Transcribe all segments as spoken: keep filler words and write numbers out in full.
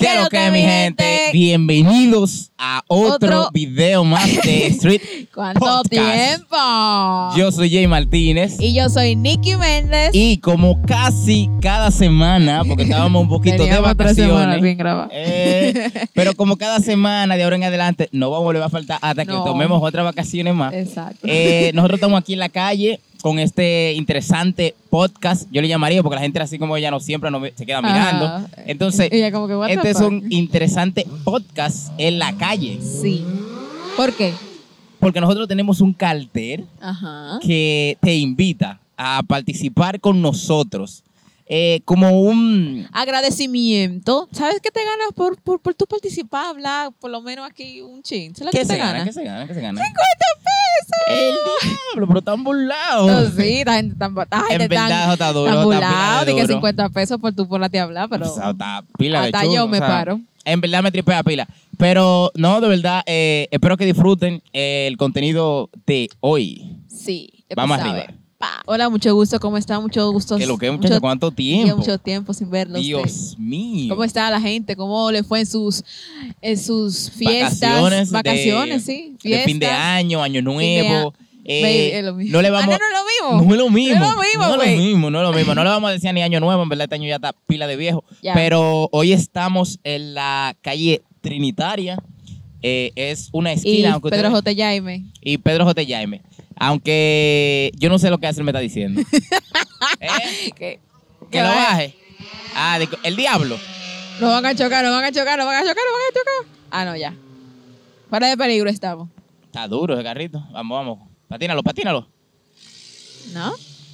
¿Qué lo que, mi gente? Bienvenidos a otro, otro video más de Street ¿Cuánto Podcast. tiempo? Yo soy Jay Martínez. Y yo soy Nicky Méndez. Y como casi cada semana, porque estábamos un poquito de vacaciones, bien grabado. Eh, pero como cada semana de ahora en adelante, no vamos a volver a faltar hasta no. que tomemos otras vacaciones más. Exacto. Eh, nosotros estamos aquí en la calle con este interesante podcast. Yo le llamaría porque la gente así como ella no siempre no se queda mirando. Ah, Entonces, como que, este es un interesante podcast en la calle. Sí. ¿Por qué? Porque nosotros tenemos un cartel Ajá. que te invita a participar con nosotros. Eh, como un agradecimiento. ¿Sabes qué te ganas por, por, por tú participar, hablar por lo menos aquí un chin? ¿Sabes ¿Qué qué se te gana? ganas? ¿Qué se gana? ¿Qué se gana? ¡cincuenta pesos! El diablo, pero están burlados. No, sí, la gente está En verdad, está duro. Está está burlado. pila de De que duro. cincuenta pesos por tú por la te hablar, pero O sea, está pila de hasta chulo, yo me o sea, paro. En verdad me tripea pila. Pero no, de verdad, eh, espero que disfruten eh, el contenido de hoy. Sí. Vamos sabe. arriba. Pa. Hola, mucho gusto. ¿Cómo está? Mucho gusto. ¿Qué lo que, muchacho? ¿Cuánto tiempo? Mucho tiempo sin verlos. Dios mío. ¿Cómo está la gente? ¿Cómo le fue en sus, en sus fiestas? Vacaciones. Vacaciones, de, sí. De fin de año, año nuevo. Eh, eh, Baby, es lo mismo. no le vamos, ah, no, no es lo mismo. No es lo mismo. No es lo mismo, No es güey. lo mismo, no es lo mismo. No le vamos a decir ni año nuevo. En verdad, este año ya está pila de viejo. Ya. Pero hoy estamos en la calle Trinitaria. Eh, es una esquina. Y aunque Pedro ustedes, J. Jaime. Y Pedro J. Jaime. Aunque yo no sé lo que hace, él me está diciendo. ¿Eh? ¿Qué? Que lo baje. Ah, de- el diablo. Nos van a chocar, nos van a chocar, nos van a chocar, nos van a chocar. Ah, no, ya. Fuera de peligro estamos. Está duro ese carrito. Vamos, vamos. Patínalo, patínalo. ¿No?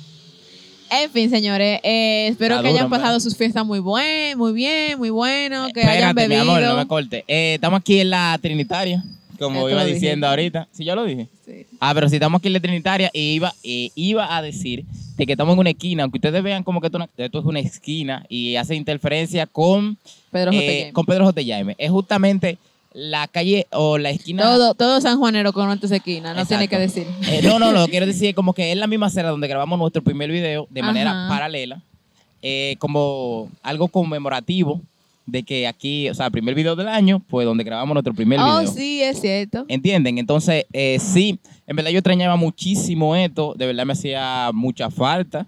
En fin, señores, eh, espero Está que duro, hayan en verdad. pasado sus fiestas muy buen, muy bien, muy bueno, que hayan Espérate, mi bebido. amor, no me corte. Eh, estamos aquí en la Trinitaria, como Esto iba lo diciendo dijiste. ahorita. Sí, ya lo dije. Sí. Ah, pero si estamos aquí en la Trinitaria, y iba, eh, iba a decir de que estamos en una esquina, aunque ustedes vean como que esto, esto es una esquina y hace interferencia con, Pedro J. eh, Jaime. con Pedro J. Jaime. Es justamente la calle o la esquina. Todo, todo San Juanero conoce esa esquina, no Exacto. tiene que decir. Eh, no, no, lo que quiero decir es como que es la misma acera donde grabamos nuestro primer video de manera Ajá. paralela, eh, como algo conmemorativo de que aquí, o sea, el primer video del año, pues donde grabamos nuestro primer Oh, video. sí, es cierto. ¿Entienden? Entonces, eh, sí, en verdad yo extrañaba muchísimo esto, de verdad me hacía mucha falta.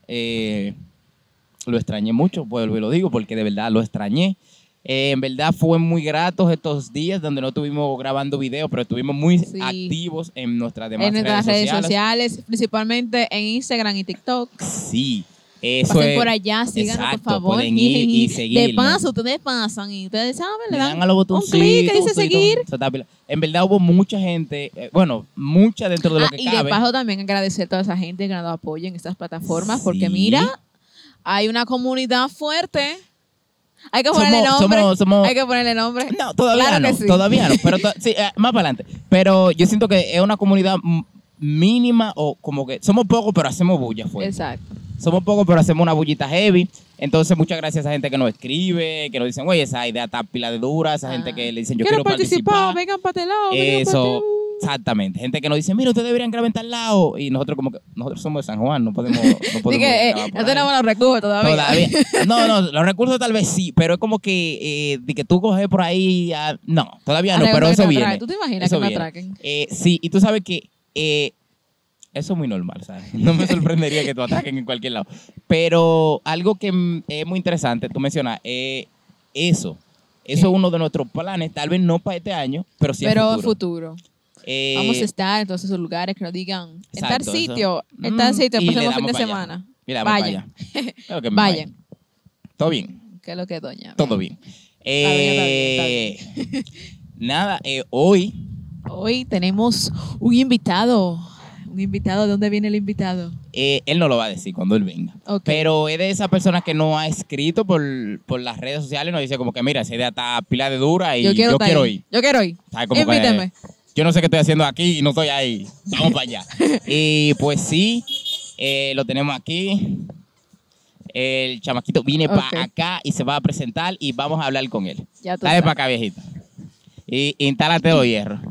Eh, lo extrañé mucho, vuelvo y lo digo, porque de verdad lo extrañé. Eh, en verdad fue muy gratos estos días donde no estuvimos grabando videos, pero estuvimos muy Sí. activos en nuestras demás En nuestras redes, redes sociales. sociales, principalmente en Instagram y TikTok. Sí, eso Pasen es. por allá, síganos, Exacto, por favor. pueden ir y De seguirnos. paso, ustedes pasan y ustedes saben, le Le dan, dan a los un botoncitos. clic que dice todo, seguir. eso está pila. En verdad hubo mucha gente, eh, bueno, mucha dentro de lo Ah, que y cabe. de paso también agradecer a toda esa gente que nos da apoyo en estas plataformas, porque Sí. mira, hay una comunidad fuerte. Hay que ponerle Somos- nombre. somos- somos- Hay que ponerle nombre. No, todavía Claro no, que sí. todavía no, pero to- sí, eh, más para adelante. Pero yo siento que es una comunidad mm, mínima o como que somos pocos, pero hacemos bulla fuerte. Exacto. Somos pocos, pero hacemos una bullita heavy. Entonces, muchas gracias a esa gente que nos escribe, que nos dicen, oye, esa idea está pila de dura, esa Ah. gente que le dicen, yo Quiero quiero participar. vengan para este lado. vengan pa' Eso, este- exactamente. Gente que nos dice, mira, ustedes deberían grabar en tal lado. Y nosotros como que, nosotros somos de San Juan, no podemos, no Así podemos que eh, grabar por no ahí. tenemos los recursos todavía. Todavía. No, no, los recursos tal vez sí, pero es como que eh, de que tú coges por ahí, ah, no, todavía no, Arregla pero que eso te viene. atraque. ¿Tú te imaginas Eso que me viene. atraquen? Eh, sí, y tú sabes que eh, eso es muy normal, ¿sabes? No me sorprendería que te ataquen en cualquier lado. Pero algo que mm, es muy interesante, tú mencionas, eh, eso. Eso es uno de nuestros planes, tal vez no para este año, pero sí Pero a en futuro. futuro. Eh, Vamos a estar en todos esos lugares que nos digan, en tal exacto, eso. sitio, en tal Mm, sitio, y el le próximo fin damos de para allá. semana. Mira, vamos Vayan. para allá. Claro que me Vayan. Todo bien. ¿Qué es lo que es doña? Todo bien. Está bien, Eh, está bien, Nada, eh, hoy, Hoy tenemos un invitado. Un invitado, ¿de dónde viene el invitado? eh, él no lo va a decir cuando él venga. Ok. Pero es de esas personas que no ha escrito por, por las redes sociales y nos dice como que mira, esa idea está pila de dura y yo quiero, estar ahí. ir. Yo quiero ir. ¿Sabes? Como que, Invíteme. yo no sé qué estoy haciendo aquí y no estoy ahí. Vamos para allá. Y pues sí, eh, lo tenemos aquí. El chamaquito viene Ok. para acá y se va a presentar y vamos a hablar con él. Ya tú Dale sabes. para acá, viejito. Y instálate los hierros.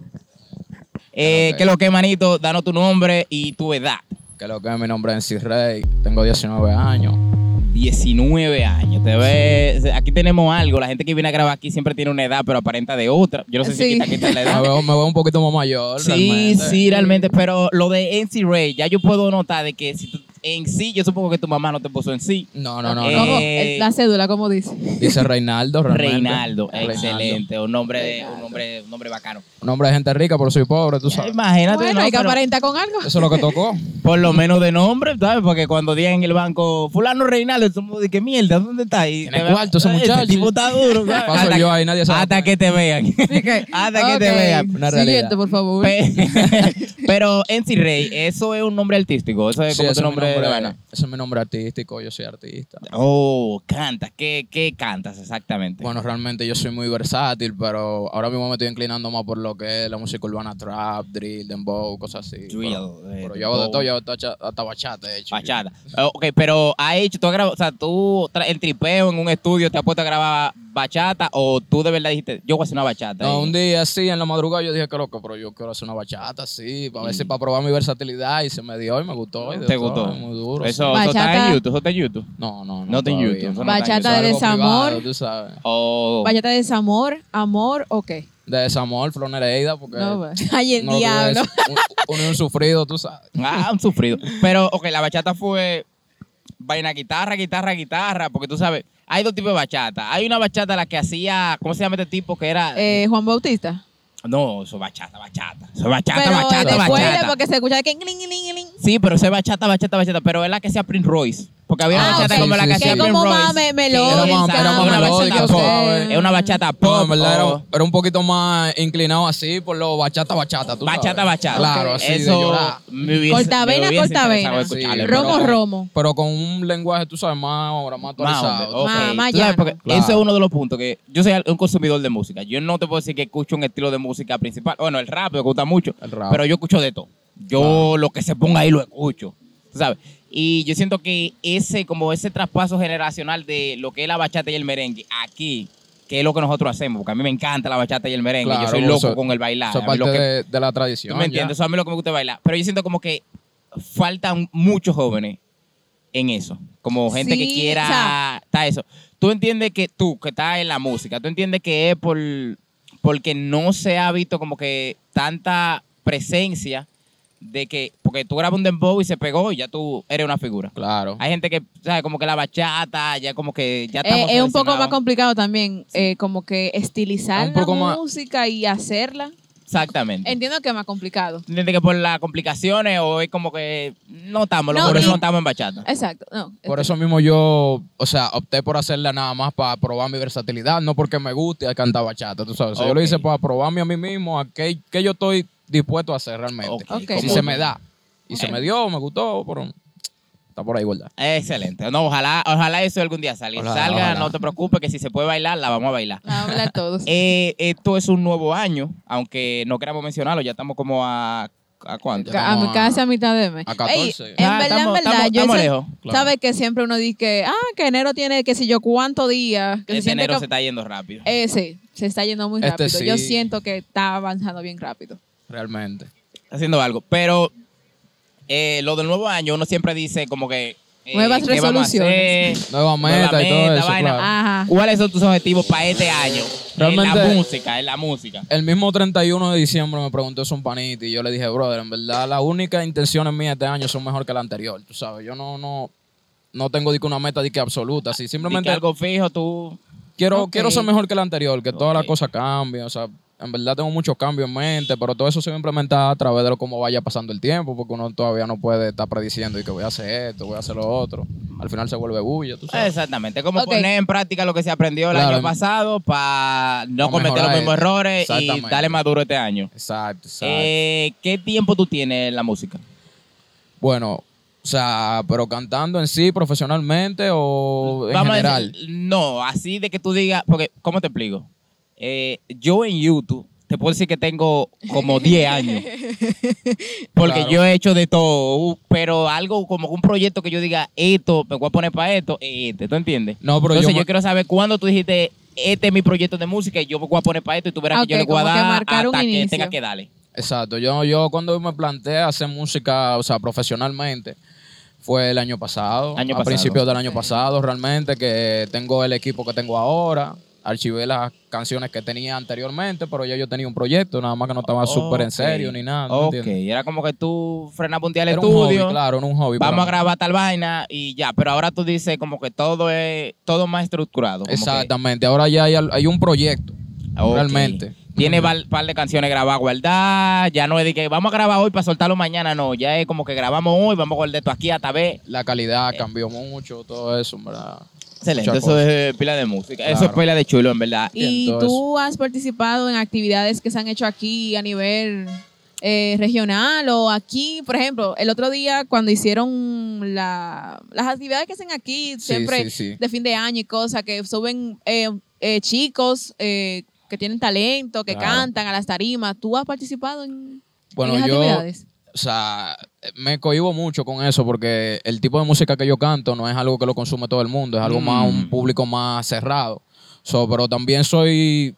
Eh, Ok. ¿Qué es lo que, manito? Danos tu nombre y tu edad. Que lo que es, mi nombre es Ency Rey, tengo diecinueve años. diecinueve años. Te ves, aquí tenemos algo. La gente que viene a grabar aquí siempre tiene una edad, pero aparenta de otra. Yo no sé Sí. si quita, quita la edad. Me veo, me veo un poquito más mayor. Sí, realmente. sí, realmente. Pero lo de N C Ray, ya yo puedo notar de que si tú, en sí, yo supongo que tu mamá no te puso en sí. No, no, no. Eh, no. ¿Cómo? El- La cédula, ¿cómo dice? Dice Reinaldo, realmente. Reinaldo, Reinaldo. excelente. Un nombre, de, un nombre, un nombre bacano. Un nombre de gente rica, pero soy pobre, tú sabes. Imagínate, Bueno, ¿no? hay que Pero aparentar con algo. Eso es lo que tocó. por lo menos de nombre, ¿sabes? Porque cuando digan en el banco, fulano Reinaldo, todo el mundo dice, mierda, ¿dónde está? Y Tiene te ve- cuarto ese muchacho. tipo está duro, ¿sabes? Paso Hasta, yo ahí, nadie sabe. hasta que te vean. hasta que te Ok. vean. Una realidad. Siguiente, por favor. Pe- Pero N C Ray, eso es un nombre artístico. Eso es Sí, como ese tu es mi nombre de nombre- vaina. ese es mi nombre artístico, yo soy artista. Oh, cantas. ¿Qué, ¿Qué cantas exactamente? Bueno, realmente yo soy muy versátil, pero ahora mismo me estoy inclinando más por lo que es la música urbana, trap, drill, dembow, cosas así. Drill, Pero, eh, pero yo hago de dembow. todo, yo hago hasta, hasta bachata, de hecho. Bachata. Oh, ok, pero ha hecho, tú has grabado, o sea, tú tra- en tripeo, en un estudio, te has puesto a grabar bachata o tú de verdad dijiste, yo voy a hacer una bachata. No, Y- un día así en la madrugada yo dije que loco, pero yo quiero hacer una bachata, sí, para ver si para probar mi versatilidad y se me dio y me gustó. Y de ¿Te todo, gustó? Muy duro. Eso, sí. eso está Bachata. en YouTube, eso está en YouTube. No, no, no. No está en todavía, YouTube, eso no no. está en Bachata YouTube. de Algo desamor. privado, tú sabes. Oh. Bachata de desamor, amor o qué? De desamor, Flor Nereida, porque No, va. Ay, el no lo que diablo. es un, un, un sufrido, tú sabes. Ah, un sufrido. Pero, ok, la bachata fue vaina guitarra, guitarra, guitarra, porque tú sabes, hay dos tipos de bachata. Hay una bachata la que hacía, ¿cómo se llama este tipo? Que era... Eh, Juan Bautista. No, eso es bachata, bachata. Eso es bachata, Pero bachata, después bachata. porque se escucha que cling, cling, cling. Sí, pero eso es bachata, bachata, bachata. Pero es la que hacía Prince Royce. Porque había una Ah, bachata ok. como la que Sí, hacía sí. Que Prince como Royce. más me- que melódica. Era más- era más una melódica, bachata pop. suave. Es una bachata No, pop. en verdad o- era, era un poquito más inclinado así por lo bachata, bachata, tú Bachata, sabes. bachata. Claro, Ok. así de Eso llorar. me hubiese- Cortavena, me hubiese cortavena. interesado Sí, escucharle, Romo, pero- romo. Pero con un lenguaje, tú sabes, más ahora, más Más actualizado. hombre, ok. Más- más Tú sabes, llano. porque Claro. Eso es uno de los puntos que yo soy un consumidor de música. Yo no te puedo decir que escucho un estilo de música principal. Bueno, el rap me gusta mucho, El rap. pero yo escucho de todo. Yo lo que se ponga ahí lo escucho, tú sabes. Y yo siento que ese como ese traspaso generacional de lo que es la bachata y el merengue aquí, que es lo que nosotros hacemos, porque a mí me encanta la bachata y el merengue. Claro, yo soy porque loco eso- con el bailar. Eso A es mí parte lo que- de, de la ¿Tú tradición. me entiendes? ya. Eso a mí lo que me gusta es bailar. Pero yo siento como que faltan muchos jóvenes en eso. Como gente que Sí, quiera... o sea- está eso. Tú entiendes que tú, que estás en la música, tú entiendes que es por porque no se ha visto como que tanta presencia de que... Porque tú grabas un dembow y se pegó y ya tú eres una figura. Claro. Hay gente que, ¿sabes? Como que la bachata, ya como que ya Eh, estamos es un poco más seleccionados. complicado también, eh, como que estilizar Un poco la más- música y hacerla. Exactamente. Entiendo que es más complicado. ¿Entiendes que por las complicaciones o es como que no estamos, los No, jóvenes y- no estamos en bachata? Exacto. No, Por es eso mismo yo, o sea, opté por hacerla nada más para probar mi versatilidad, no porque me guste cantar bachata, tú sabes. O sea, Yo lo Ok. hice para probarme a mí mismo, a qué, qué yo estoy dispuesto a hacer realmente. Ok, Ok. Si como- se me da. Y se Ok. me dio, me gustó, pero está por ahí, ¿verdad? Excelente. No, ojalá, ojalá eso algún día salga. Ojalá, salga, ojalá. no te preocupes, que si se puede bailar, la vamos a bailar. Vamos a hablar todos. Eh, esto es un nuevo año, aunque no queramos mencionarlo, ya estamos como a... ¿A cuánto? Ya Ca- estamos a- a- casi a mitad de mes. a catorce. Ey, Ah, en verdad, estamos- en verdad, estamos- yo estamos sé- lejos. Claro. sabes que siempre uno dice que, ah, que enero tiene que si yo cuántos días. Que se Este siente enero como- se está yendo rápido. Eh, sí, se está yendo muy Este rápido. Yo sí. siento que está avanzando bien rápido. Realmente. Haciendo algo. Pero eh, lo del nuevo año, uno siempre dice como que... eh, Nuevas ¿qué vamos a hacer? Nueva meta Nueva y todo meta, eso, vaina. claro. Ajá. ¿Cuáles son tus objetivos para este año? En la Realmente- música, en la música. El mismo treinta y uno de diciembre me preguntó eso un panita y yo le dije, brother, en verdad las únicas intenciones mías este año son mejor que la anterior, tú sabes. Yo no, no, no tengo de que una meta de que absoluta, así Di simplemente que algo fijo, tú... quiero, Ok. quiero ser mejor que la anterior, que todas las Ok. cosas cambien, o sea, en verdad tengo muchos cambios en mente, pero todo eso se va a implementar a través de lo cómo vaya pasando el tiempo, porque uno todavía no puede estar prediciendo y que voy a hacer esto, voy a hacer lo otro. Al final se vuelve bulla, tú sabes. Exactamente, como Ok. poner en práctica lo que se aprendió el Claro. año pasado para no Pa' cometer los mejorar mismos esto. errores y Exactamente. darle más duro este año. Exacto, exacto. Eh, ¿Qué tiempo tú tienes en la música? Bueno, o sea, pero cantando en sí profesionalmente o en Vamos a general. decir- no, así de que tú digas, porque, ¿cómo te explico? Eh, yo en YouTube te puedo decir que tengo como diez años. Porque Claro. yo he hecho de todo, uh, pero algo como un proyecto que yo diga, esto, me voy a poner para esto, este, ¿tú entiendes? No, pero Entonces yo yo, me- quiero saber cuándo tú dijiste, este es mi proyecto de música y yo me voy a poner para esto y tú verás Ah, que yo ok, le voy a como que dar marcar un hasta que inicio. tenga que darle. Exacto. Yo, yo cuando me planteé hacer música, o sea, profesionalmente, Fue el año pasado, Año a pasado. principios del año Ok. pasado, realmente, que tengo el equipo que tengo ahora. Archivé las canciones que tenía anteriormente, pero ya yo tenía un proyecto, nada más que no estaba súper en Ok. serio ni nada. ¿no me Ok, entiendes? era como que tú frenabas un día al Era un hobby, estudio, claro, era un hobby. vamos para a mí. grabar tal vaina y ya, pero ahora tú dices como que todo es todo más estructurado. Como que- Exactamente, ahora ya hay, al- hay un proyecto, Ok. realmente. Tiene Mm. un par de canciones grabadas, guardadas. Ya no es de que vamos a grabar hoy para soltarlo mañana, no. Ya es como que grabamos hoy, vamos a guardar esto aquí hasta ver. La calidad cambió mucho, todo eso, en verdad. Excelente, Muchas eso cosas. es pila de música. Eso es Claro. pila de chulo, en verdad. ¿Y todo tú has participado en actividades que se han hecho aquí a nivel eh, regional o aquí? Por ejemplo, el otro día cuando hicieron la- las actividades que hacen aquí, Sí, siempre sí, sí. de fin de año y cosas, que suben eh, eh, chicos eh, que tienen talento, que Claro. cantan a las tarimas. ¿Tú has participado en, Bueno, en esas yo, actividades? o sea, me cohibo mucho con eso porque el tipo de música que yo canto no es algo que lo consume todo el mundo, es algo Mm. más, un público más cerrado. So, pero también soy,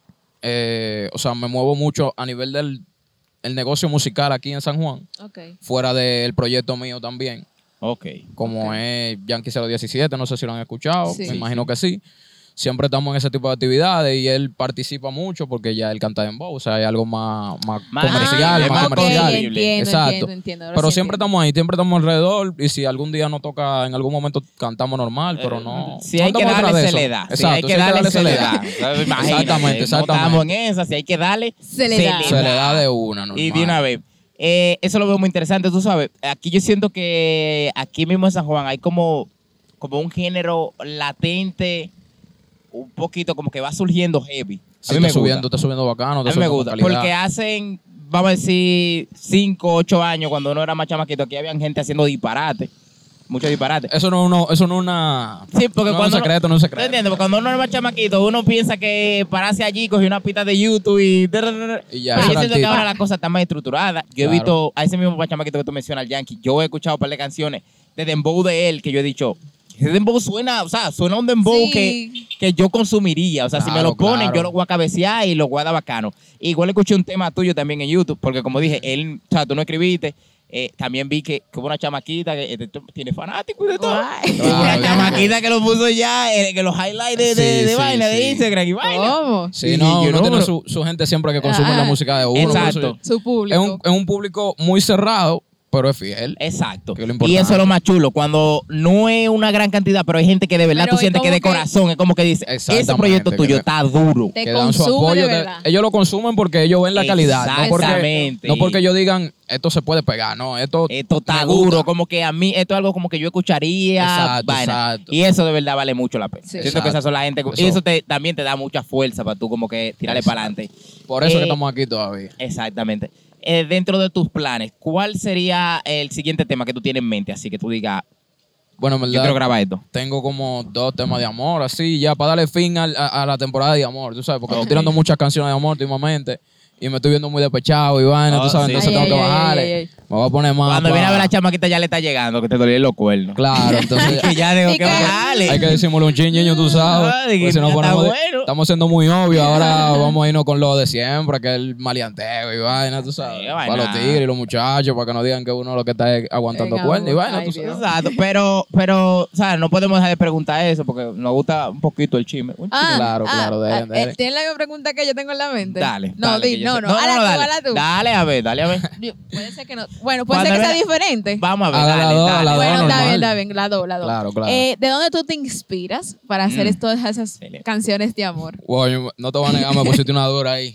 eh, o sea, me muevo mucho a nivel del el negocio musical aquí en San Juan, Okay. fuera del proyecto mío también, Ok. como Ok. es Yankee cero diecisiete, no sé si lo han escuchado, Sí. me imagino que sí. Siempre estamos en ese tipo de actividades y él participa mucho porque ya él canta en voz, o sea, hay algo más, más, Más- comercial, Ah, más ok, comercial. entiendo, Exacto. entiendo, entiendo. Ahora Pero sí siempre entiendo. estamos ahí, siempre estamos alrededor y si algún día nos toca, en algún momento cantamos normal, pero no. Si no hay que estamos atrás darle de se eso. le da. Si Exacto, hay que darle se le da. Exactamente, Imagínate, exactamente. No estamos en esa, si hay que darle Se le da. Se le da de una, normal. Y de una vez. Eh, eso lo veo muy interesante, tú sabes. Aquí yo siento que aquí mismo en San Juan hay como, como un género latente, un poquito como que va surgiendo heavy. Sí, a mí me está gusta. subiendo, está subiendo bacano. A está mí me subiendo gusta. con calidad. Porque hacen, vamos a decir, cinco, ocho años, cuando uno era más chamaquito, aquí habían gente haciendo disparate. Muchos disparates. Eso no, no, eso no es una. Sí, porque no cuando es un secreto, no es un ¿Te secreto. entiendes? Porque cuando uno es más chamaquito, uno piensa que pararse allí, cogió una pista de YouTube y... Y ya, Pero eso yo era siento que artista. ahora la cosa está más estructurada. Yo he Claro. visto a ese mismo chamaquito que tú mencionas, al Yankee. Yo he escuchado un par de canciones de Dembow de él que yo he dicho, ese Dembow suena, o sea, suena un Dembow Sí. que, que yo consumiría. O sea, si me Claro, lo ponen, claro. yo lo voy a cabecear y lo voy a dar bacano. Igual escuché un tema tuyo también en YouTube, porque como dije, él, o sea, tú no escribiste. Eh, también vi que, que hubo una chamaquita que eh, tiene fanáticos y de todo. Ay. Hubo una Claro. chamaquita que lo puso ya, eh, que los highlights de, de, Sí, de sí, vaina, de sí. Instagram y vaina. ¿Cómo? Sí, Y no, yo uno no, tiene pero- su, su gente siempre que consume Ah, la música de uno. por eso exacto. yo- Su público. Es un, es un público muy cerrado, pero es fiel. Exacto. Que es lo Y importante. eso es lo más chulo, cuando no es una gran cantidad, pero hay gente que de verdad Pero tú es sientes que como de que- corazón, es como que dice, ese Exactamente, proyecto que tuyo te- está duro. Te Que dan su consume apoyo. de de- verdad. ellos lo consumen porque ellos ven la calidad. No porque, Exactamente. no porque ellos digan, esto se puede pegar. No, esto, Esto está me gusta. duro, como que a mí, esto es algo como que yo escucharía. Exacto, vaina. exacto. Y eso de verdad vale mucho la pena. Sí. Siento Exacto. que esas son la gente. Y Eso. eso te, también te da mucha fuerza para tú como que tirarle Exacto. para adelante. Por eso Eh, que estamos aquí todavía. Exactamente. Eh, dentro de tus planes, ¿cuál sería el siguiente tema que tú tienes en mente? Así que tú digas, Bueno, en yo verdad, quiero grabar esto. tengo como dos temas de amor, así, ya para darle fin al- a, a la temporada de amor, tú sabes, porque Ok. estoy tirando muchas canciones de amor últimamente y me estoy viendo muy despechado y vaina, Oh, tú sabes, sí. entonces Ay, tengo ay, que ay, bajarle. ay, ay. Me voy a poner más. Cuando pa- viene a ver a la chamaquita ya le está llegando, que te dolían los cuernos. Claro, entonces que ya digo ¿Y que qué? bajarle. hay que decirle un chingueño, tú sabes. Ah, de que porque si no ya está ponemos de- bueno. estamos siendo muy obvios, ahora vamos a irnos con lo de siempre, que es el maleanteo y vaina, tú sabes. Sí, para vaina. los tigres y los muchachos, para que no digan que uno lo que está es aguantando Venga, cuernos y vaina, ay, tú Dios. sabes. Exacto, pero, pero, o sea, no podemos dejar de preguntar eso porque nos gusta un poquito el chisme. Un Ah, Claro, ah, claro, deben, ah, deben. eh, ¿Tienes la misma pregunta que yo tengo en la mente? Dale. No, dale, di, que yo no, sé- no, Hazla tú, dale. hazla tú. Dale a ver, dale a ver. Yo- Puede ser que no. Bueno, puede Cuando ser que sea vea- diferente. Vamos a ver. Haga la dale, dos, dale. la dos, Bueno, está normal. bien, está bien, la dos, la dos. Claro, claro. Eh, ¿De dónde tú te inspiras para hacer Mm. es- todas esas Excelente. canciones de amor? Wow, yo no te voy a negar, me pusiste una dura ahí.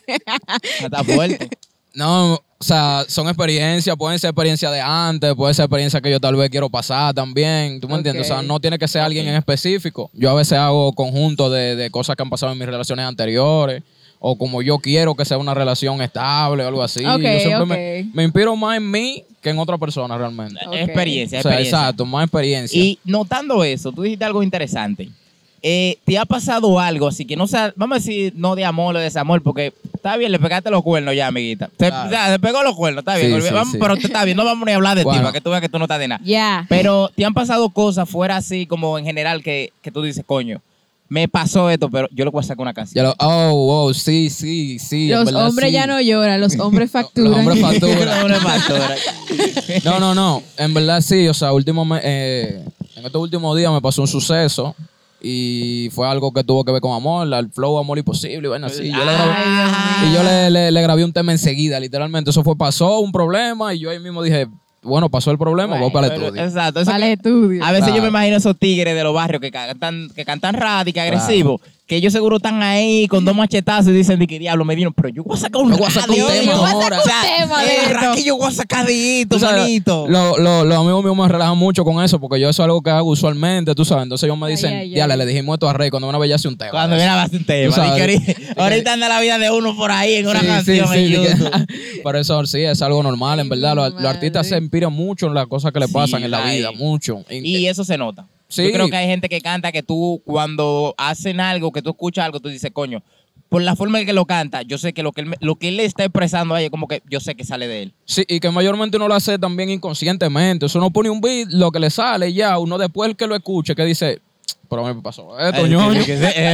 Está fuerte. No, o sea, son experiencias, pueden ser experiencias de antes, pueden ser experiencias que yo tal vez quiero pasar también, ¿tú me entiendes? O sea, Ok. no tiene que ser alguien Ok. en específico. Yo a veces hago conjuntos de, de cosas que han pasado en mis relaciones anteriores, o como yo quiero que sea una relación estable o algo así. Ok, yo siempre ok. me, me inspiro más en mí que en otra persona realmente. Ok. Experiencia, O sea, experiencia. exacto, más experiencia. Y notando eso, tú dijiste algo interesante. Eh, ¿Te ha pasado algo así que no sea, vamos a decir, no de amor o de desamor, porque está bien, le pegaste los cuernos ya, amiguita. Te, Claro. o sea, te pegó los cuernos, está bien. Sí, olvida- sí, vamos, sí. Pero te- está bien, no vamos ni a hablar de ti, Bueno. para que tú veas que tú no estás de nada. Ya. Pero ¿te han pasado cosas fuera así como en general que, que tú dices, coño, me pasó esto, pero yo le voy a sacar una canción. Ya lo- oh, oh, sí, sí, sí. en Los verdad, hombres sí. ya no lloran, los hombres facturan. Los hombres facturan. Era una pastora. No, no, no. En verdad sí. O sea, último me- eh, en estos últimos días me pasó un suceso y fue algo que tuvo que ver con amor, la- el flow Amor Imposible y bueno, así. Yo le grabé, Ay, y yo le, le- le grabé un tema enseguida, literalmente. Eso fue, pasó un problema y yo ahí mismo dije, bueno, pasó el problema, voy para el Pero, estudio. Exacto. Eso Vale, que- estudio. a veces yo Claro. me imagino esos tigres de los barrios que cantan, que cantan radic, agresivos, que ellos seguro están ahí con dos machetazos y dicen de que diablo me dieron, pero yo voy a sacar un Yo voy a sacar un radio, tema yo voy a ahora. sacar un tema de el esto. ra- que yo voy a sacar de esto, Tú sabes, manito. lo- lo- los amigos míos me relajan mucho con eso porque yo eso es algo que hago usualmente, tú sabes. Entonces ellos me Ay, dicen, ay, diale, ay. le dijimos esto a Rey cuando una vez ya hace un tema. Cuando de viene eso. a hacer un tema. Tú sabes, di que ahorita, di que- ahorita anda la vida de uno por ahí en una Sí, canción sí, sí, en di que- YouTube. Por eso sí, es algo normal, en Ay, verdad. Los, mi los artistas se madre. inspiran mucho en las cosas que le Sí, pasan en la ay. vida, mucho. Y eso se nota. Sí. Yo creo que hay gente que canta que tú, cuando hacen algo, que tú escuchas algo, tú dices, coño, por la forma en que lo canta, yo sé que lo que él, me- lo que él le está expresando ahí es como que yo sé que sale de él. Sí, y que mayormente uno lo hace también inconscientemente. Eso uno pone un beat, lo que le sale y ya, uno después que lo escuche, que dice, pero a mí me pasó esto, ñoño.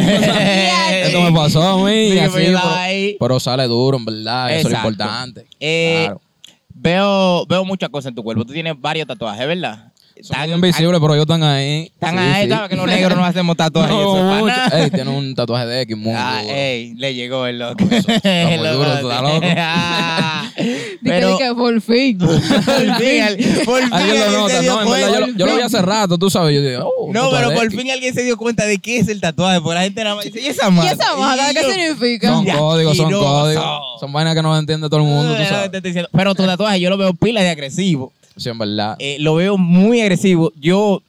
Esto me pasó a mí. Sí, que así, me pero, daba ahí. pero sale duro, en verdad. Eso es lo Exacto. importante. Eh, Claro. veo, veo muchas cosas en tu cuerpo. Tú tienes varios tatuajes, ¿verdad? Son invisibles, pero ellos están ahí. Están Sí, ahí, sí. ¿sabes? Que los negros no hacemos tatuajes. No, eso es pa' mucho. nada. Ey, tiene un tatuaje de X muy Ah, duro. ey, le llegó el loco. Eso, está muy El duro, está loco. Ah, Di que- pero di que por fin. por fin, al- por fin Alguien lo alguien nota, se dio no, en verdad, yo, cuenta. lo- yo lo vi hace rato, tú sabes. Yo digo, oh, un No, tatuaje pero de por X. fin alguien se dio cuenta de qué es el tatuaje, porque la gente nada más dice, ¿y esa ¿Y marca? esa marca qué yo- significa? Son Ya, códigos, son asqueroso. códigos. Son vainas que no entiende todo el mundo, tú Eh, sabes. te estoy diciendo. Pero tu tatuaje yo lo veo pila de agresivo. Sí, en verdad. Eh, lo veo muy agresivo. Yo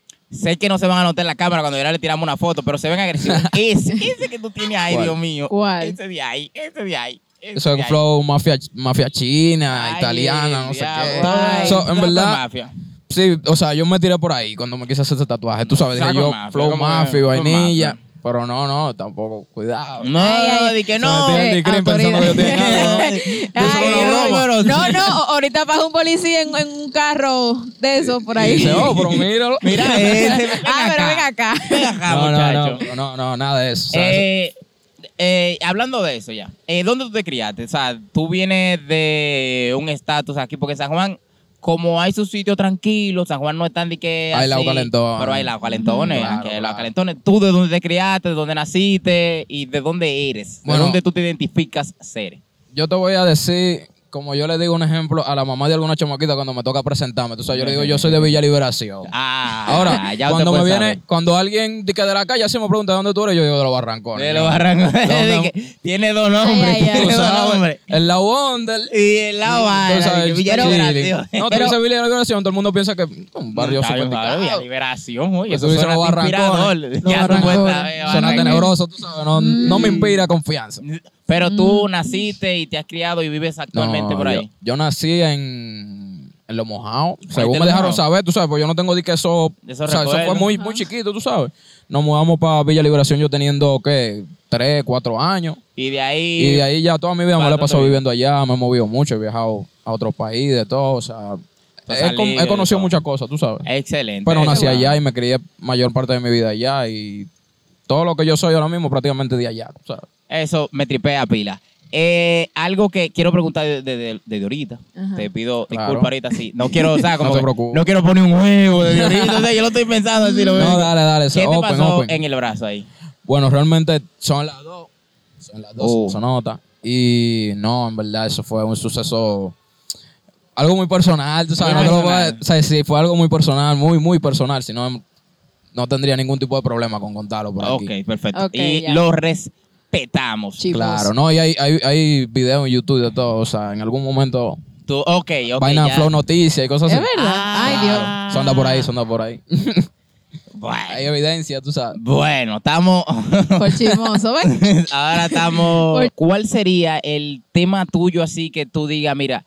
sé que no se van a notar en la cámara cuando ahora le tiramos una foto, pero se ven agresivos. ese, ese que tú tienes ahí, ¿Cuál? Dios mío. ¿Cuál? Ese de ahí, ese de ahí. ese Eso de es ahí. flow mafia, mafia china, Ay, italiana, no sé diablo. qué. Ay, So, Saco en verdad, mafia. sí, o sea, yo me tiré por ahí cuando me quise hacer ese tatuaje. Tú sabes, dije Saco yo, mafia, flow como que- mafia, flow vainilla. mafia. Pero no, no, tampoco, cuidado. No, Ay, ay, di que Se no. me tiene eh, el Crim pensando que yo tengo algo, ¿no? Ay, Eso es una no, broma. no, no, ahorita pasa un policía en, en un carro de esos por Y ahí. dice, oh, pero míralo. Mira ese. ven Ah, pero ven acá. Ven acá, No, no, muchacho. no, no, no, nada de eso. O sea, Eh, eh, hablando de eso ya, eh, ¿dónde tú te criaste? O sea, tú vienes de un estatus aquí, porque San Juan, como hay sus sitios tranquilos, San Juan no es tan de que Hay así, lados calentones. pero hay lados calentones, Claro, aunque claro. lados calentones. ¿Tú de dónde te criaste, de dónde naciste y de dónde eres? Bueno. ¿De dónde tú te identificas ser? yo te voy a decir, como yo le digo un ejemplo a la mamá de alguna chamaquita cuando me toca presentarme. Tú sabes, yo le digo, yo soy de Villa Liberación. Ah, Ahora, ya cuando usted me puede viene, saber. cuando alguien de, que de la calle así me pregunta de dónde tú eres, yo digo de los barrancones. De yo. los barrancos. No, De que tiene dos nombres. Ay, ay, ay. Tiene Tú dos sabes, nombres. el la Wonder. Y el lado Tú va, sabes, Villa chilling. Liberación. No, tú Pero- dices Villa Liberación, todo el mundo piensa que es un barrio Claro, súper claro, Villa indicado. Liberación, oye, Pues eso tú dices suena los inspirador. barrancones. Los Ya tú puedes barrancones. saber, Suena barrancones. tenebroso, tú sabes, no, no me Mm. inspira confianza. Pero tú naciste y te has criado y vives actualmente No, por ahí. Yo, yo nací en, en Los Mojados. Según en me Los dejaron Mojados? saber, tú sabes, pues yo no tengo de que eso. Eso o sea, eso fue recuerdo. muy, muy chiquito, tú sabes. Nos mudamos para Villa Liberación yo teniendo, ¿qué? Tres, cuatro años. Y de ahí. Y de ahí ya toda mi vida me la he ¿Cuánto pasado te viviendo allá. Me he movido mucho, he viajado a otros países, de todo. O sea, Tú has he, con- salido he de conocido todo. muchas cosas, tú sabes. Excelente. Pero Eso nací va. allá y me crié mayor parte de mi vida allá. Y todo lo que yo soy ahora mismo prácticamente de allá, tú sabes. Eso me tripea pila. Eh, algo que quiero preguntar desde de, de, desde ahorita. Ajá. Te pido Claro. disculpa ahorita, sí. No quiero, o sea, como No te que preocupes. no quiero poner un huevo desde ahorita. O sea, yo lo estoy pensando así. Lo No, veo. dale, dale. ¿Qué te open, pasó open. en el brazo ahí? Bueno, realmente son las dos. Son las dos, Oh. se nota. Y no, en verdad, eso fue un suceso. Algo muy personal, tú sabes. Muy No te lo voy a- personal. o sea, sí, fue algo muy personal, muy, muy personal. Si no, no tendría ningún tipo de problema con contarlo por aquí. Ok, perfecto. Ok, y ya. lo respetamos. Sí. Claro, no, y hay, hay, hay videos en YouTube de todo. O sea, en algún momento, Tú, ok, ok. vaina ya. Flow Noticias y cosas Es así. verdad. Ah. Ay, Dios. Sonda por ahí, sonda por ahí. Bueno, Hay evidencia, tú sabes. bueno, estamos. Por chismoso, ¿ves? Ahora estamos. Por- ¿Cuál sería el tema tuyo así que tú digas, mira,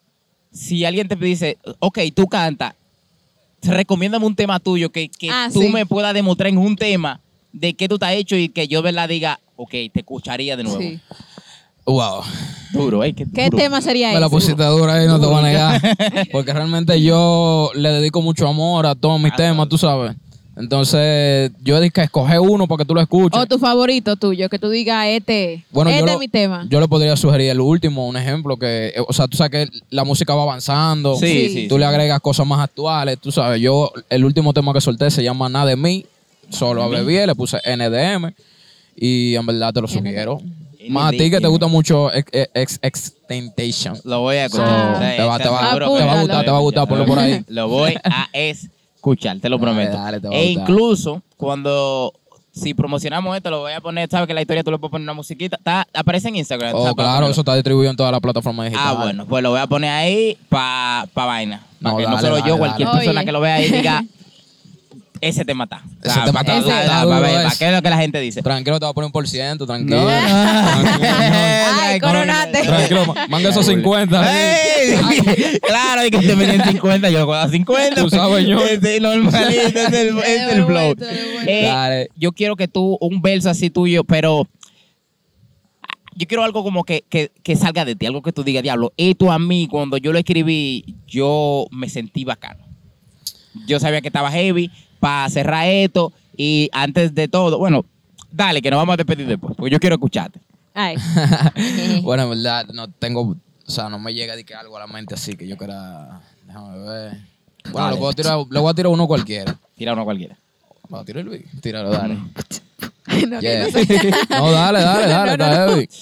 si alguien te dice, ok, tú canta, recomiéndame un tema tuyo que, que Ah, tú sí. me puedas demostrar en un tema de qué tú te has hecho y que yo verdad diga, ok, te escucharía de nuevo. Sí. Wow. Duro, ¿eh? Qué, ¿Qué duro. tema sería Me la ese? pusiste dura ahí, no te voy a negar. Porque realmente yo le dedico mucho amor a todos mis Ah, temas, tú sabes. Entonces, yo dije que escoge uno para que tú lo escuches. O tu favorito tuyo, que tú digas, este, Bueno, yo este lo- es mi tema. Yo le podría sugerir el último, un ejemplo, que, eh, o sea, tú sabes que la música va avanzando. Sí, Sí. sí. Tú sí. le agregas cosas más actuales. Tú sabes, yo, el último tema que solté se llama Nada de mí. Solo hablé bien, le puse N D M. Y en verdad te lo sugiero. Más a ti que te gusta mucho ex, ex, Extentation. Lo voy a escuchar. Ah. O sea, Te va- esa te va- seguro te que va a lo gustar, voy te va a gustar, escuchar. ponlo por ahí. Lo voy a escuchar, te lo Dale, prometo. dale, te va a E gustar. incluso cuando si promocionamos esto, lo voy a poner, sabes que la historia tú le puedes poner una musiquita, está, aparece en Instagram. Oh, ¿sabes? Para claro, ponerlo. eso está distribuido en todas las plataformas digitales. Ah, bueno, pues lo voy a poner ahí para pa vaina. Para No, que no dale, solo dale, yo, dale. cualquier Oye. persona que lo vea ahí diga, ese tema está. Ese tema está duro, está duro, Para es. qué es lo que la gente dice. Tranquilo, te va a poner un por ciento, tranquilo. No, Ay, no. coronate. Tranquilo, ma- manga esos cincuenta. ¡Ey! Claro, y que te meten cincuenta, yo voy a dar cincuenta. Tú sabes, yo. Este, normalito, es el, es el flow. Eh, Dale. yo quiero que tú, un verso así tuyo, pero yo quiero algo como que, que, que salga de ti, algo que tú digas, diablo, esto a mí, cuando yo lo escribí, yo me sentí bacano. Yo sabía que estaba heavy para cerrar esto y antes de todo, bueno, dale, que nos vamos a despedir después, porque yo quiero escucharte. Ay. Bueno, en verdad, no tengo, o sea, no me llega de que algo a la mente así que yo quiera. Déjame ver. Bueno, Dale. le, puedo tirar, le voy a tirar uno cualquiera. Tira uno cualquiera. ¿Vas a tirar Luis? Tíralo, dale. No, que Yeah. no sé. No, dale, dale, dale, No, no, está no. heavy.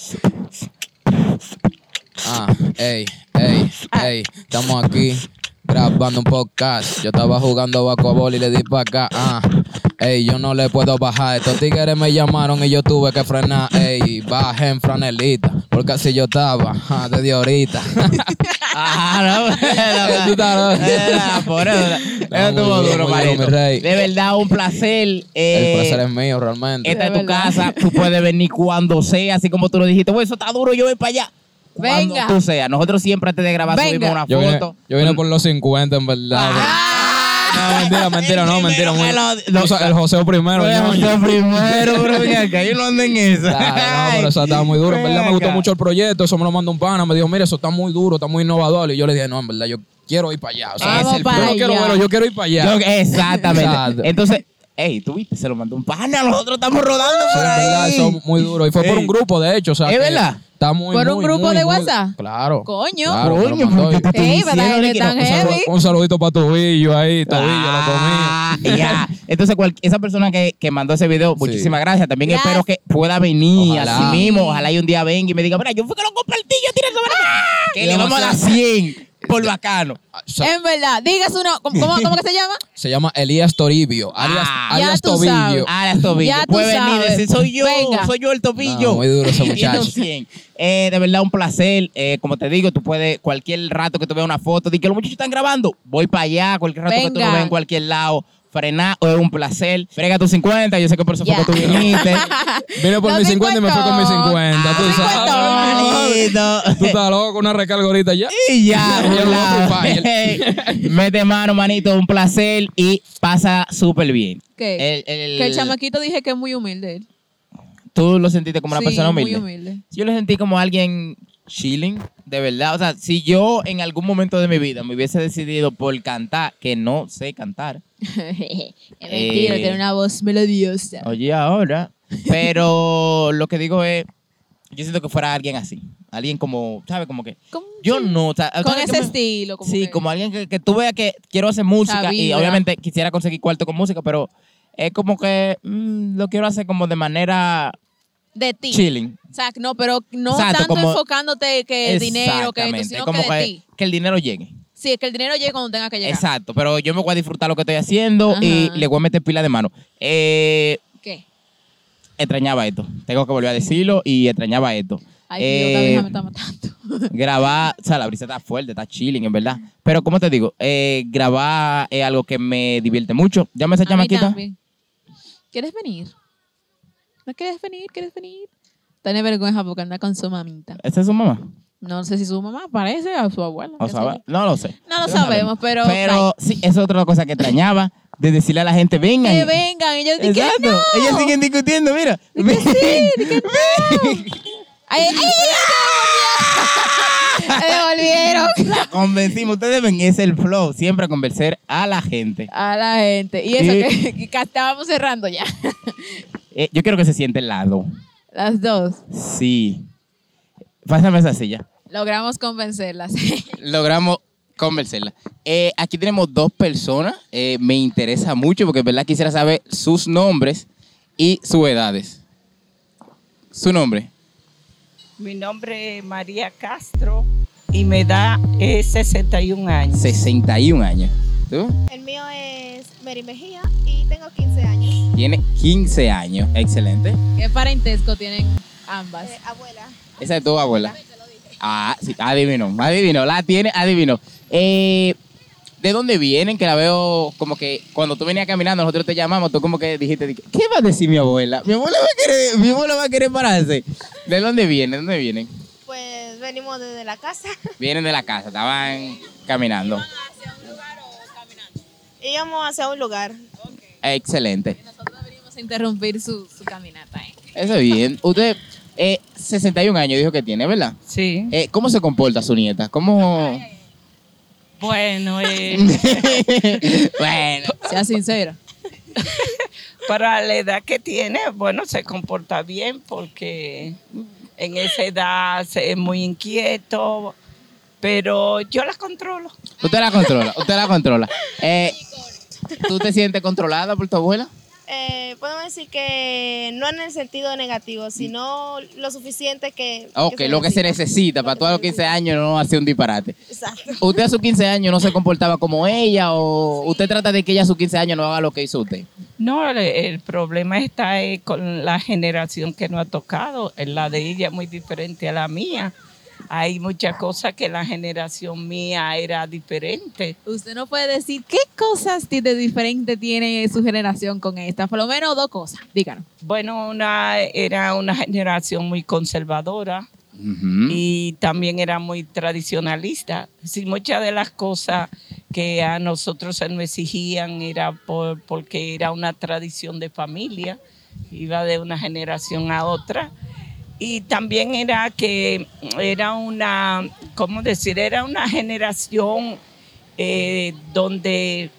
Ah, ey, ey, ey, estamos aquí grabando un podcast. Yo estaba jugando basquetbol y le di para acá. Ah, ey, yo no le puedo bajar. Estos tigres me llamaron y yo tuve que frenar. Ey, bajé en franelita, porque así yo estaba, ah, desde ahorita. Ah, no, Tú estás- Era, por eso. Eso muy estuvo duro, duro, muy duro, marito. mi rey. De verdad, un placer. El eh, placer es mío, realmente. Esta es De tu verdad. casa, tú puedes venir cuando sea, así como tú lo dijiste. Bueno, eso está duro, yo voy para allá. Cuando Venga. tú seas. Nosotros siempre antes de grabar Venga. subimos una Yo vine, foto. yo vine por los cincuenta, en verdad. No, mentira, mentira, no, mentira. Muy, No, o sea, el joseo primero. Bueno, ñoño. yo primero, bro, ven acá, yo no ando en eso. Claro, no, pero eso estaba muy duro. En verdad me gustó Venga. mucho el proyecto. Eso me lo mandó un pana. Me dijo, mira, eso está muy duro, está muy innovador. Y yo le dije, no, en verdad, yo quiero ir para allá. O sea, Vamos es el- para yo no quiero allá. verlo, yo quiero ir para allá. Yo- exactamente. Exacto. Entonces, hey, tú viste, se lo mandó un pana, nosotros estamos rodando Sí, por en verdad, ahí. eso es muy duro. Y fue por Ey. un grupo, de hecho. O sea, ¿Es que verdad? Está muy, ¿Por un muy, grupo muy, de muy- WhatsApp? Claro. Coño. Claro, me lo Coño, mandó. porque te estoy Ey, ¿verdad? diciendo Eres que tan no- heavy. Un saludito para Tobillo ahí, Tobillo, la Ah, comida. ya. Entonces, cual- esa persona que, que mandó ese video, Sí. muchísimas gracias. También Gracias. espero que pueda venir Ojalá. así mismo. Ojalá y un día venga y me diga, mira, yo fui que lo compartí, yo tiré sobre que le vamos a dar cien por bacano. O sea, En verdad, digas uno. ¿Cómo, cómo, cómo que se llama? se llama Elías Toribio, alias, Ah, alias ya tú Tobillo. sabes. Ah, las tobillos. Ya tú Puede venir y sabes. decir, soy yo, Venga. soy yo el tobillo. No, muy duro ese Y tiene un muchacho. cien. Eh, de verdad, un placer. Eh, como te digo, tú puedes, cualquier rato que tú veas una foto, di que los muchachos están grabando, voy para allá, cualquier rato que tú lo Venga. veas en cualquier lado, frenar, es un placer. Frega tus cincuenta, yo sé que por eso Ya. fue que tú viniste. Vine por Los mis cincuenta y me fui con mis cincuenta. Tú Los sabes. Manito. Tú estás loco, una recarga ahorita ya. Y ya, Ya lo relajo. Free Fire. Mete mano, manito, un placer y pasa súper bien. ¿Qué? El- el- Que el chamaquito dije que es muy humilde. él. ¿Tú lo sentiste como una Sí, persona humilde? muy humilde. Yo lo sentí como alguien chilling, de verdad. O sea, si yo en algún momento de mi vida me hubiese decidido por cantar, que no sé cantar, es mentira, Eh. tiene una voz melodiosa. oye ahora, pero lo que digo es, yo siento que fuera alguien así, alguien como, ¿sabes? Como que Como- yo sí, no, o sea, Con ¿sabes ese qué me- estilo. Como sí, que- como alguien que, que tú veas que quiero hacer música Esa y vibra. obviamente quisiera conseguir cuarto con música, pero es como que mm, lo quiero hacer como de manera De ti. chilling. O sea, no, pero no Exacto, tanto como- enfocándote que el dinero, que esto, Exactamente, sino como que de que, ti. que el dinero llegue. Sí, es que el dinero llegue cuando tenga que llegar. Exacto, pero yo me voy a disfrutar lo que estoy haciendo Ajá. y le voy a meter pila de mano. Eh, ¿Qué? extrañaba esto. Tengo que volver a decirlo y extrañaba esto. Ay, Eh, Dios, esta vieja me está matando. grabar, o sea, la brisa está fuerte, está chilling, en verdad. Pero, como te digo, eh, grabar es algo que me divierte mucho. Llama a esa A mí chamaquita. también. ¿Quieres venir? ¿No quieres venir? ¿Quieres venir? Tiene vergüenza porque anda con su mamita. ¿Esa es su mamá? No sé si su mamá parece a su abuela. O qué sé sabe- yo. No lo sé. No lo sabemos, pero- Pero sí, es otra cosa que extrañaba, de decirle a la gente, vengan. Que vengan. Y yo dije, Exacto. no. Ellos siguen discutiendo, mira. Di que sí, di que no. Ay, ay, ay, ay, se devolvieron. Se devolvieron. convencieron. La convencimos. Ustedes ven, es el flow. Siempre convencer a la gente. A la gente. Y eso Y- que, que estábamos cerrando ya. Eh, yo quiero que se siente el lado. Las dos. Sí. Pásame esa silla. Logramos convencerlas. Logramos convencerla. Eh, aquí tenemos dos personas. Eh, me interesa mucho porque en verdad quisiera saber sus nombres y sus edades. Su nombre. Mi nombre es María Castro y mi edad es sesenta y un años. sesenta y un años. ¿Tú? El mío es Mary Mejía y tengo quince años. Tiene quince años. Excelente. ¿Qué parentesco tienen ambas? Eh, abuela. Esa es tu abuela. Ah, sí, adivino, adivino, la tiene, adivino. Eh, ¿De dónde vienen? Que la veo como que cuando tú venías caminando, nosotros te llamamos, tú como que dijiste, ¿qué va a decir mi abuela? Mi abuela va a querer, mi abuela va a querer pararse. ¿De dónde vienen? ¿De dónde vienen? Pues venimos desde la casa. Vienen de la casa, estaban caminando. Íbamos hacia un lugar. Excelente. Nosotros venimos a interrumpir su, su caminata. ¿eh? Eso es bien. Usted, eh, sesenta y un años dijo que tiene, ¿verdad? Sí. Eh, ¿Cómo se comporta su nieta? ¿Cómo...? Bueno, eh, Bueno. Sea sincera. para la edad que tiene, bueno, se comporta bien porque en esa edad se- es muy inquieto, pero yo la controlo. Usted la controla, usted la controla. Eh, ¿Tú te sientes controlada por tu abuela? Eh, podemos decir que no en el sentido negativo, sino lo suficiente que... Ok, lo que se necesita para todos los quince años no hacer un disparate. Exacto. ¿Usted a sus quince años no se comportaba como ella o usted trata de que ella a sus quince años no haga lo que hizo usted? No, el, el problema está eh, con la generación que nos ha tocado. La de ella es muy diferente a la mía. Hay muchas cosas que la generación mía era diferente. Usted no puede decir qué cosas de diferente tiene su generación con esta. Por lo menos dos cosas. Díganos. Bueno, una era una generación muy conservadora Ujú. y también era muy tradicionalista. Sí, muchas de las cosas que a nosotros se nos exigían era por, porque era una tradición de familia, iba de una generación a otra. Y también era que era una, ¿cómo decir? Era una generación eh, donde,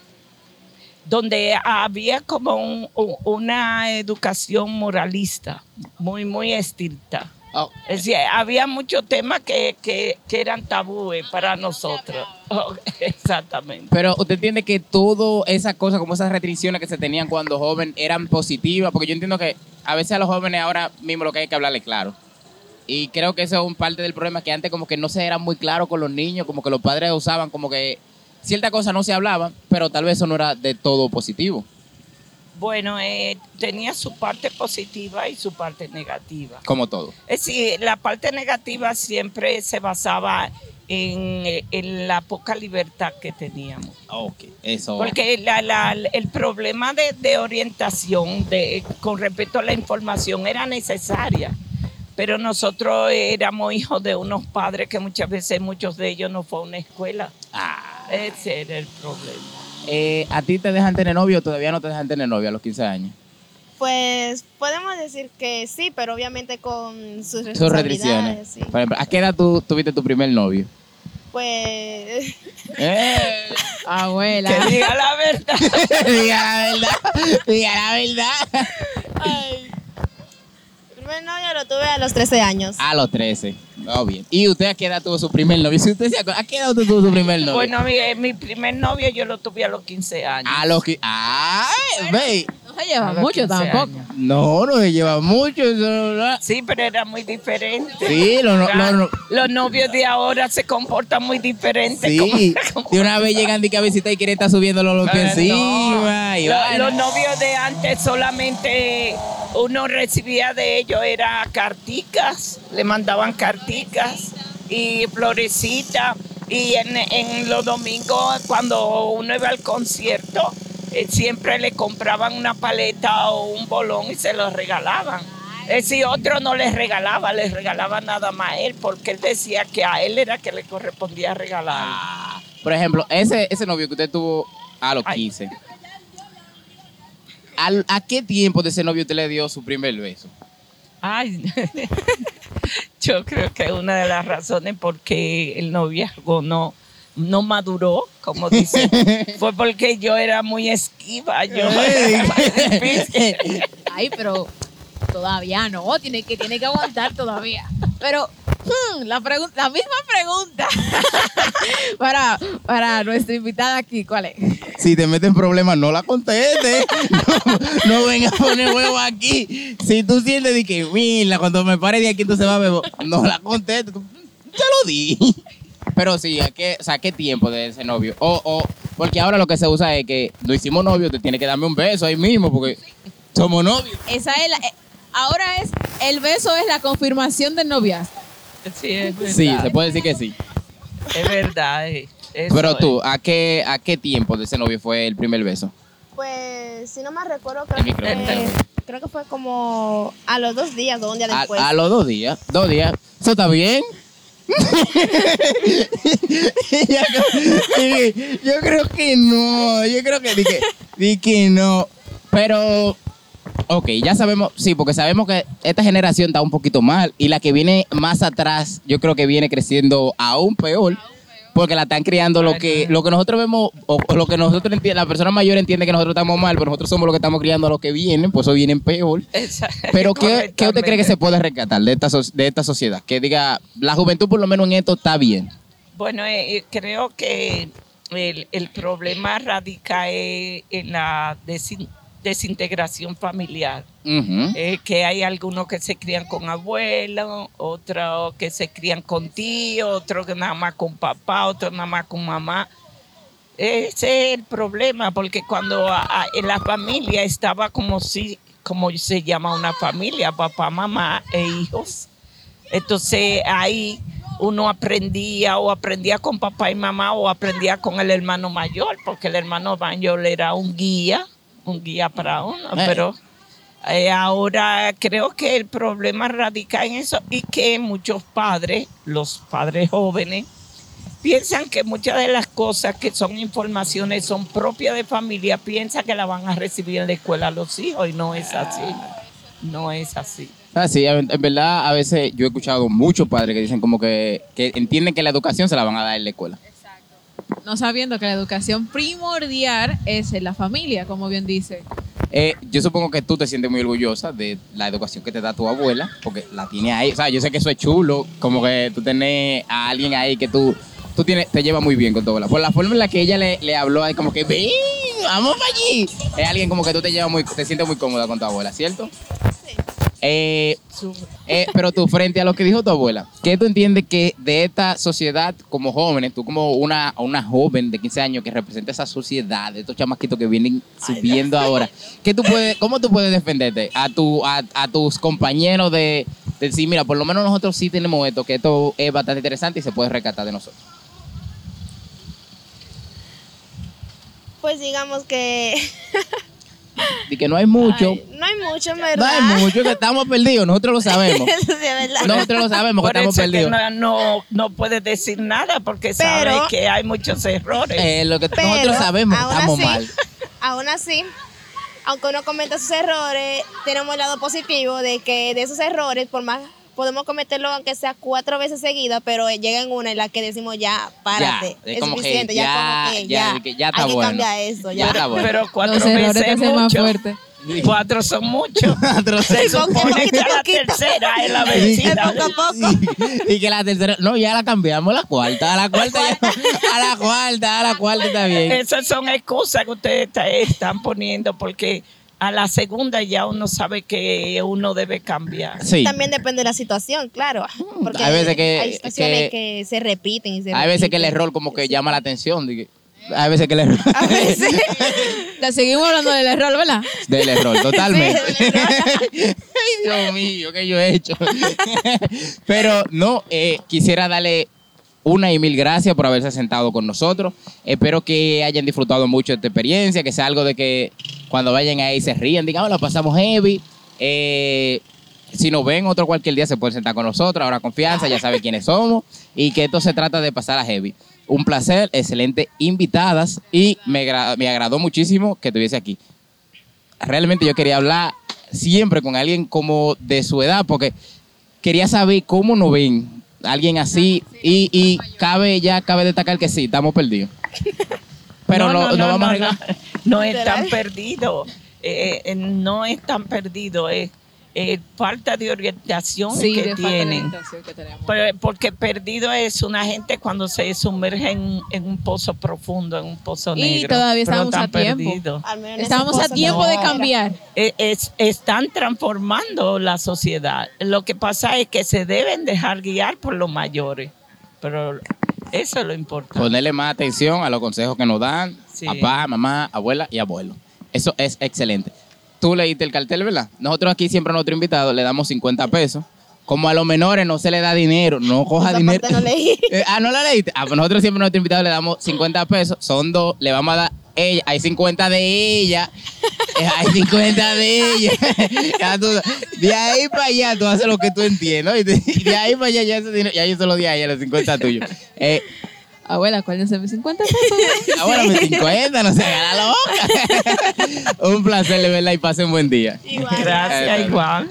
donde había como un- u- una educación moralista muy, muy estricta. Oh, Es decir, había muchos temas que, que, que eran tabúes para nosotros. Oh, exactamente. pero usted entiende que todas esas cosas, como esas restricciones que se tenían cuando joven, eran positivas, porque yo entiendo que a veces a los jóvenes ahora mismo lo que hay que hablarle claro. Y creo que eso es un parte del problema, que antes como que no se era muy claro con los niños, como que los padres usaban como que ciertas cosas no se hablaban, pero tal vez eso no era de todo positivo, Bueno, eh, tenía su parte positiva y su parte negativa. como todo. Es decir, la parte negativa siempre se basaba en, en la poca libertad que teníamos. Ok, eso. Porque la- la- el problema de, de orientación de, con respecto a la información era necesaria, pero nosotros éramos hijos de unos padres que muchas veces muchos de ellos no fue a una escuela. Ah. Ese era el problema. Eh, ¿A ti te dejan tener novio o todavía no te dejan tener novio a los quince años? Pues podemos decir que sí, pero obviamente con sus Sus restricciones. responsabilidades. Sí. Por ejemplo, ¿a qué edad tú tuviste tu primer novio? Pues Eh, Abuela. Que diga la verdad. diga la verdad, diga la verdad. ay, el primer novio lo tuve a los trece años. A los trece. Oh, bien. ¿Y usted a qué edad tuvo su primer novio? Si usted se acuerda, ¿a qué edad usted tuvo su primer novio? Bueno, mi, mi primer novio yo lo tuve a los quince años. a los que... ¡Ay! Ve. No se lleva A los mucho quince tampoco. años. No, no se lleva mucho. Eso no- Sí, pero era muy diferente. Sí, lo, no- Ya, lo- no- Los novios de ahora se comportan muy diferente. sí. como- como- De una vez llegan de que a visitar y quieren estar subiéndolo los pies Eh, no. encima. Y Lo- vaina. los novios de antes solamente uno recibía de ellos era carticas, le mandaban carticas y florecitas. Y en, en los domingos cuando uno iba al concierto, eh, siempre le compraban una paleta o un bolón y se los regalaban. Es decir, otro no les regalaba, les regalaba nada más a él, porque él decía que a él era que le correspondía regalar. Ah, por ejemplo, ese, ese novio que usted tuvo a los Ay. quince. ¿Al- ¿A qué tiempo de ese novio usted le dio su primer beso? Ay, Yo creo que una de las razones por qué el noviazgo no, no maduró, como dicen, fue porque yo era muy esquiva. Yo era más difícil. Ay, pero todavía no, tiene que, tiene que aguantar todavía. Pero hmm, la, pregun- la misma pregunta para, para nuestra invitada aquí, ¿cuál es? Si te meten problemas, no la contestes. No, no vengas a poner huevo aquí. Si tú sientes de que, mira, cuando me pare de aquí, tú se va a beber. No la contestes. Te lo di. Pero sí, ¿a qué, o sea, ¿qué tiempo de ese novio? O, o, porque ahora lo que se usa es que no hicimos novio, te tienes que darme un beso ahí mismo, porque somos novios. Esa es la, eh, ahora es, el beso es la confirmación del noviazgo. Sí, es verdad. Sí, se puede decir que sí. Es verdad. eh, eso Pero es. tú, ¿a qué, ¿a qué tiempo de ese novio fue el primer beso? Pues, si no me recuerdo, creo El que, micrófono. fue, creo que fue como a los dos días o un día A, después. a los dos días. Dos días. ¿Eso está bien? Yo creo que no. Yo creo que dije, dije no. Pero, ok, ya sabemos, sí, porque sabemos que esta generación está un poquito mal y la que viene más atrás, yo creo que viene creciendo aún peor. Porque la están criando lo que, lo que nosotros vemos, o, o lo que nosotros entiendemos, la persona mayor entiende que nosotros estamos mal, pero nosotros somos los que estamos criando a los que vienen, pues eso vienen peor. Esa- Pero ¿qué, ¿qué usted cree que se correctamente. puede rescatar de esta, so- de esta sociedad? Que diga, la juventud por lo menos en esto está bien. Bueno, eh, eh, creo que el, el problema radica eh, en la desin- desintegración familiar. Ujú. Eh, que hay algunos que se crían con abuelos, otros que se crían con tíos, otros que nada más con papá, otros nada más con mamá. Ese es el problema, porque cuando a- a- en la familia estaba como si, como se llama una familia, papá, mamá e hijos. Entonces ahí uno aprendía o aprendía con papá y mamá o aprendía con el hermano mayor, porque el hermano mayor era un guía, un guía para uno, Eh. pero eh, ahora creo que el problema radica en eso y que muchos padres, los padres jóvenes, piensan que muchas de las cosas que son informaciones son propias de familia, piensan que la van a recibir en la escuela los hijos y no es así. No es así. Ah, sí, en en verdad, a veces yo he escuchado muchos padres que dicen como que, que entienden que la educación se la van a dar en la escuela. No sabiendo que la educación primordial es en la familia, como bien dice. Eh, yo supongo que tú te sientes muy orgullosa de la educación que te da tu abuela, porque la tiene ahí. O sea, yo sé que eso es chulo, como que tú tenés a alguien ahí que tú, tú tienes, te llevas muy bien con tu abuela. Por la forma en la que ella le, le habló ahí, como que, ven, vamos para allí. Es alguien como que tú te llevas muy, te sientes muy cómoda con tu abuela, ¿cierto? Sí. Eh, eh, pero tú, frente a lo que dijo tu abuela, ¿qué tú entiendes que de esta sociedad como jóvenes, tú como una, una joven de quince años que representa esa sociedad, de estos chamaquitos que vienen subiendo ahora, ¿qué tú puedes, ¿cómo tú puedes defenderte a, tu, a, a tus compañeros de, de decir, mira, por lo menos nosotros sí tenemos esto, que esto es bastante interesante y se puede rescatar de nosotros? Pues digamos que Y que no hay mucho, ay, no hay mucho, en no verdad. hay mucho, que estamos perdidos, nosotros lo sabemos. Eso sí es verdad. Nosotros lo sabemos que Por estamos eso es que perdidos. no, no, no puedes decir nada porque Pero- sabes que hay muchos errores. Eh, lo que Pero, nosotros sabemos que aún estamos así, mal. Aún así, aunque uno cometa sus errores, tenemos el lado positivo de que de esos errores, por más podemos cometerlo aunque sea cuatro veces seguidas, pero llega en una en la que decimos ya, párate, Ya, es es, como que suficiente, ya, ya- como que ya, ya, que ya está hay que bueno. cambiar esto, Ya ya. está bueno. Pero cuatro Los errores veces te es hacen más mucho. fuerte. Cuatro son muchos. Cuatro Se son poquito, supone que a la poquito. tercera es la Sí. vencida. Poco a poco. Y que la tercera, no, ya la cambiamos a la cuarta, a la cuarta, ya- a la cuarta, a la cuarta está bien. Esas son excusas que ustedes está- están poniendo porque a la segunda ya uno sabe que uno debe cambiar. Sí, También depende de la situación, claro, porque Hay veces que- hay situaciones que- que, se repiten y se hay veces que el repiten. error como que llama la atención. de que- Hay veces que el error. A veces. La seguimos hablando del error, ¿verdad? Del error, totalmente. Sí, del Ay, Dios mío, ¿qué yo he hecho? Pero no, eh, quisiera darle una y mil gracias por haberse sentado con nosotros. Espero que hayan disfrutado mucho de esta experiencia, que sea algo de que cuando vayan ahí se rían, digan, la pasamos heavy. Eh, si nos ven otro cualquier día se pueden sentar con nosotros, ahora confianza, ya saben quiénes somos y que esto se trata de pasar a heavy. Un placer, excelente invitadas y me, gra- me agradó muchísimo que estuviese aquí. Realmente yo quería hablar siempre con alguien como de su edad porque quería saber cómo nos ven alguien así y, y cabe ya cabe destacar que sí, estamos perdidos. Pero no, no, no vamos a arreglar. No, no es tan perdido, eh, eh, no es tan perdido, es eh, falta de orientación Sí, que de falta de tienen. orientación que tenemos. Pero- Porque perdido es una gente cuando se sumerge en, en un pozo profundo, en un pozo Y negro. todavía pero estamos a tan tiempo. perdido. Al menos en ese Estábamos a pozo tiempo no. de cambiar. Eh, es- están transformando la sociedad. Lo que pasa es que se deben dejar guiar por los mayores. Pero eso es lo importante. Ponerle más atención a los consejos que nos dan, Sí. papá, mamá, abuela y abuelo. Eso es excelente. Tú leíste el cartel, ¿verdad? Nosotros aquí siempre a nuestro invitado le damos cincuenta pesos. Como a los menores no se le da dinero, no coja Esa dinero. parte no leí. Eh, ah, ¿no la leíste? Ah, pues nosotros siempre a nuestro invitado le damos cincuenta pesos. Son dos, le vamos a dar ella. Hay cincuenta de ella. eh, Hay cincuenta de ella. Ya tú- de ahí para allá tú haces lo que tú entiendes. ¿Oíste? Y de ahí para allá ya, ese dinero, ya yo se lo di a ella, los cincuenta tuyos. Eh, Abuela, acuérdense mis cincuenta pesos. ahora mis cincuenta, no se haga la loca. Un placer, de verdad, y pasen buen día. Igual. Gracias, Eh, igual.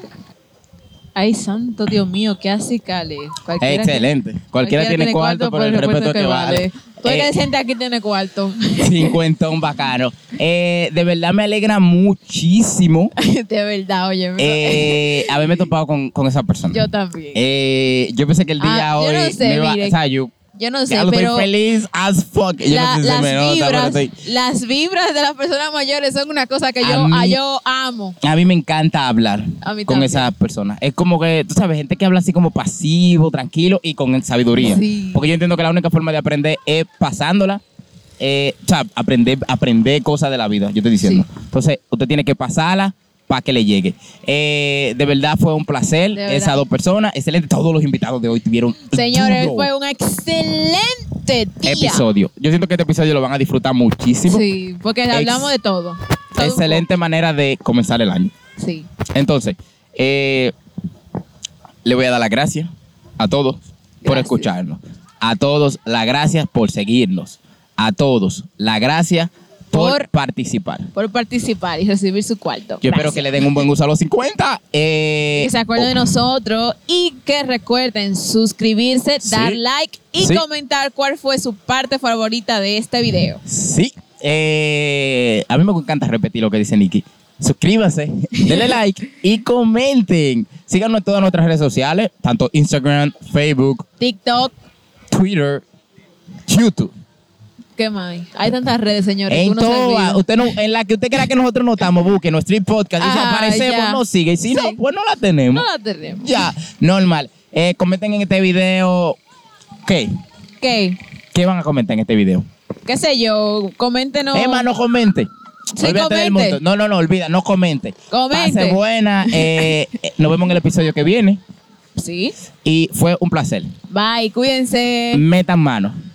Ay, santo Dios mío, qué acicales. Cualquiera que- Excelente. Cualquiera, tiene cuarto, por el respeto que vale. Tú el que Eh, siente aquí tiene cuarto. cincuentón bacano. Eh, de verdad me alegra muchísimo De verdad, oye. eh, haberme topado con, con esa persona. Yo también. Eh, yo pensé que el día Ah, yo hoy no sé, me iba, mire. o sea, yo, Yo no sé, ya lo pero estoy feliz as fuck. Yo la- no sé si se las me nota, pero vibras, estoy- las vibras de las personas mayores son una cosa que A yo, mí- ah, yo amo. A mí me encanta hablar A mí con también. esas personas. Es como que, tú sabes, gente que habla así como pasivo, tranquilo y con sabiduría. Sí. Porque yo entiendo que la única forma de aprender es pasándola. Eh, o sea, aprender, aprender cosas de la vida, yo estoy diciendo. Sí. Entonces, usted tiene que pasarla para que le llegue. Eh, de verdad fue un placer De verdad. esas dos personas. Excelente. Todos los invitados de hoy tuvieron Señores, duro fue un excelente día. episodio. Yo siento que este episodio lo van a disfrutar muchísimo. Sí, porque Ex- hablamos de todo. Todo un Excelente manera de comenzar el año. poco. Sí. Entonces, eh, le voy a dar las gracias a todos por Gracias. escucharnos. A todos las gracias por seguirnos. A todos las gracias por, Por- participar. Por participar y recibir su cuarto. Yo espero Gracias. que le den un buen uso a los cincuenta. Eh, Que se acuerden de nosotros y que recuerden suscribirse, Sí. dar like y Sí. comentar cuál fue su parte favorita de este video. Sí. Eh, a mí me encanta repetir lo que dice Nikki. Suscríbanse, denle like y comenten. Síganos en todas nuestras redes sociales, tanto Instagram, Facebook, TikTok, Twitter, YouTube. ¿qué más? Hay tantas redes, señores. que En uno se todas, olvida. usted no, en la que usted crea que nosotros no estamos, busque nuestro Street Podcast. Y si Ah, aparecemos, ya. nos sigue. Y si no, Sí. pues no la tenemos. No la tenemos. Ya, normal. Eh, comenten en este video. ¿Qué? ¿Qué? ¿Qué van a comentar en este video? ¿Qué sé yo? Coméntenos. Emma, no comente. Sí, Olvídate del comente. mundo. No, no, no, olvida, no comente. Comente. Pase buena. eh, eh, nos vemos en el episodio que viene. Sí. Y fue un placer. Bye, cuídense. Metan mano.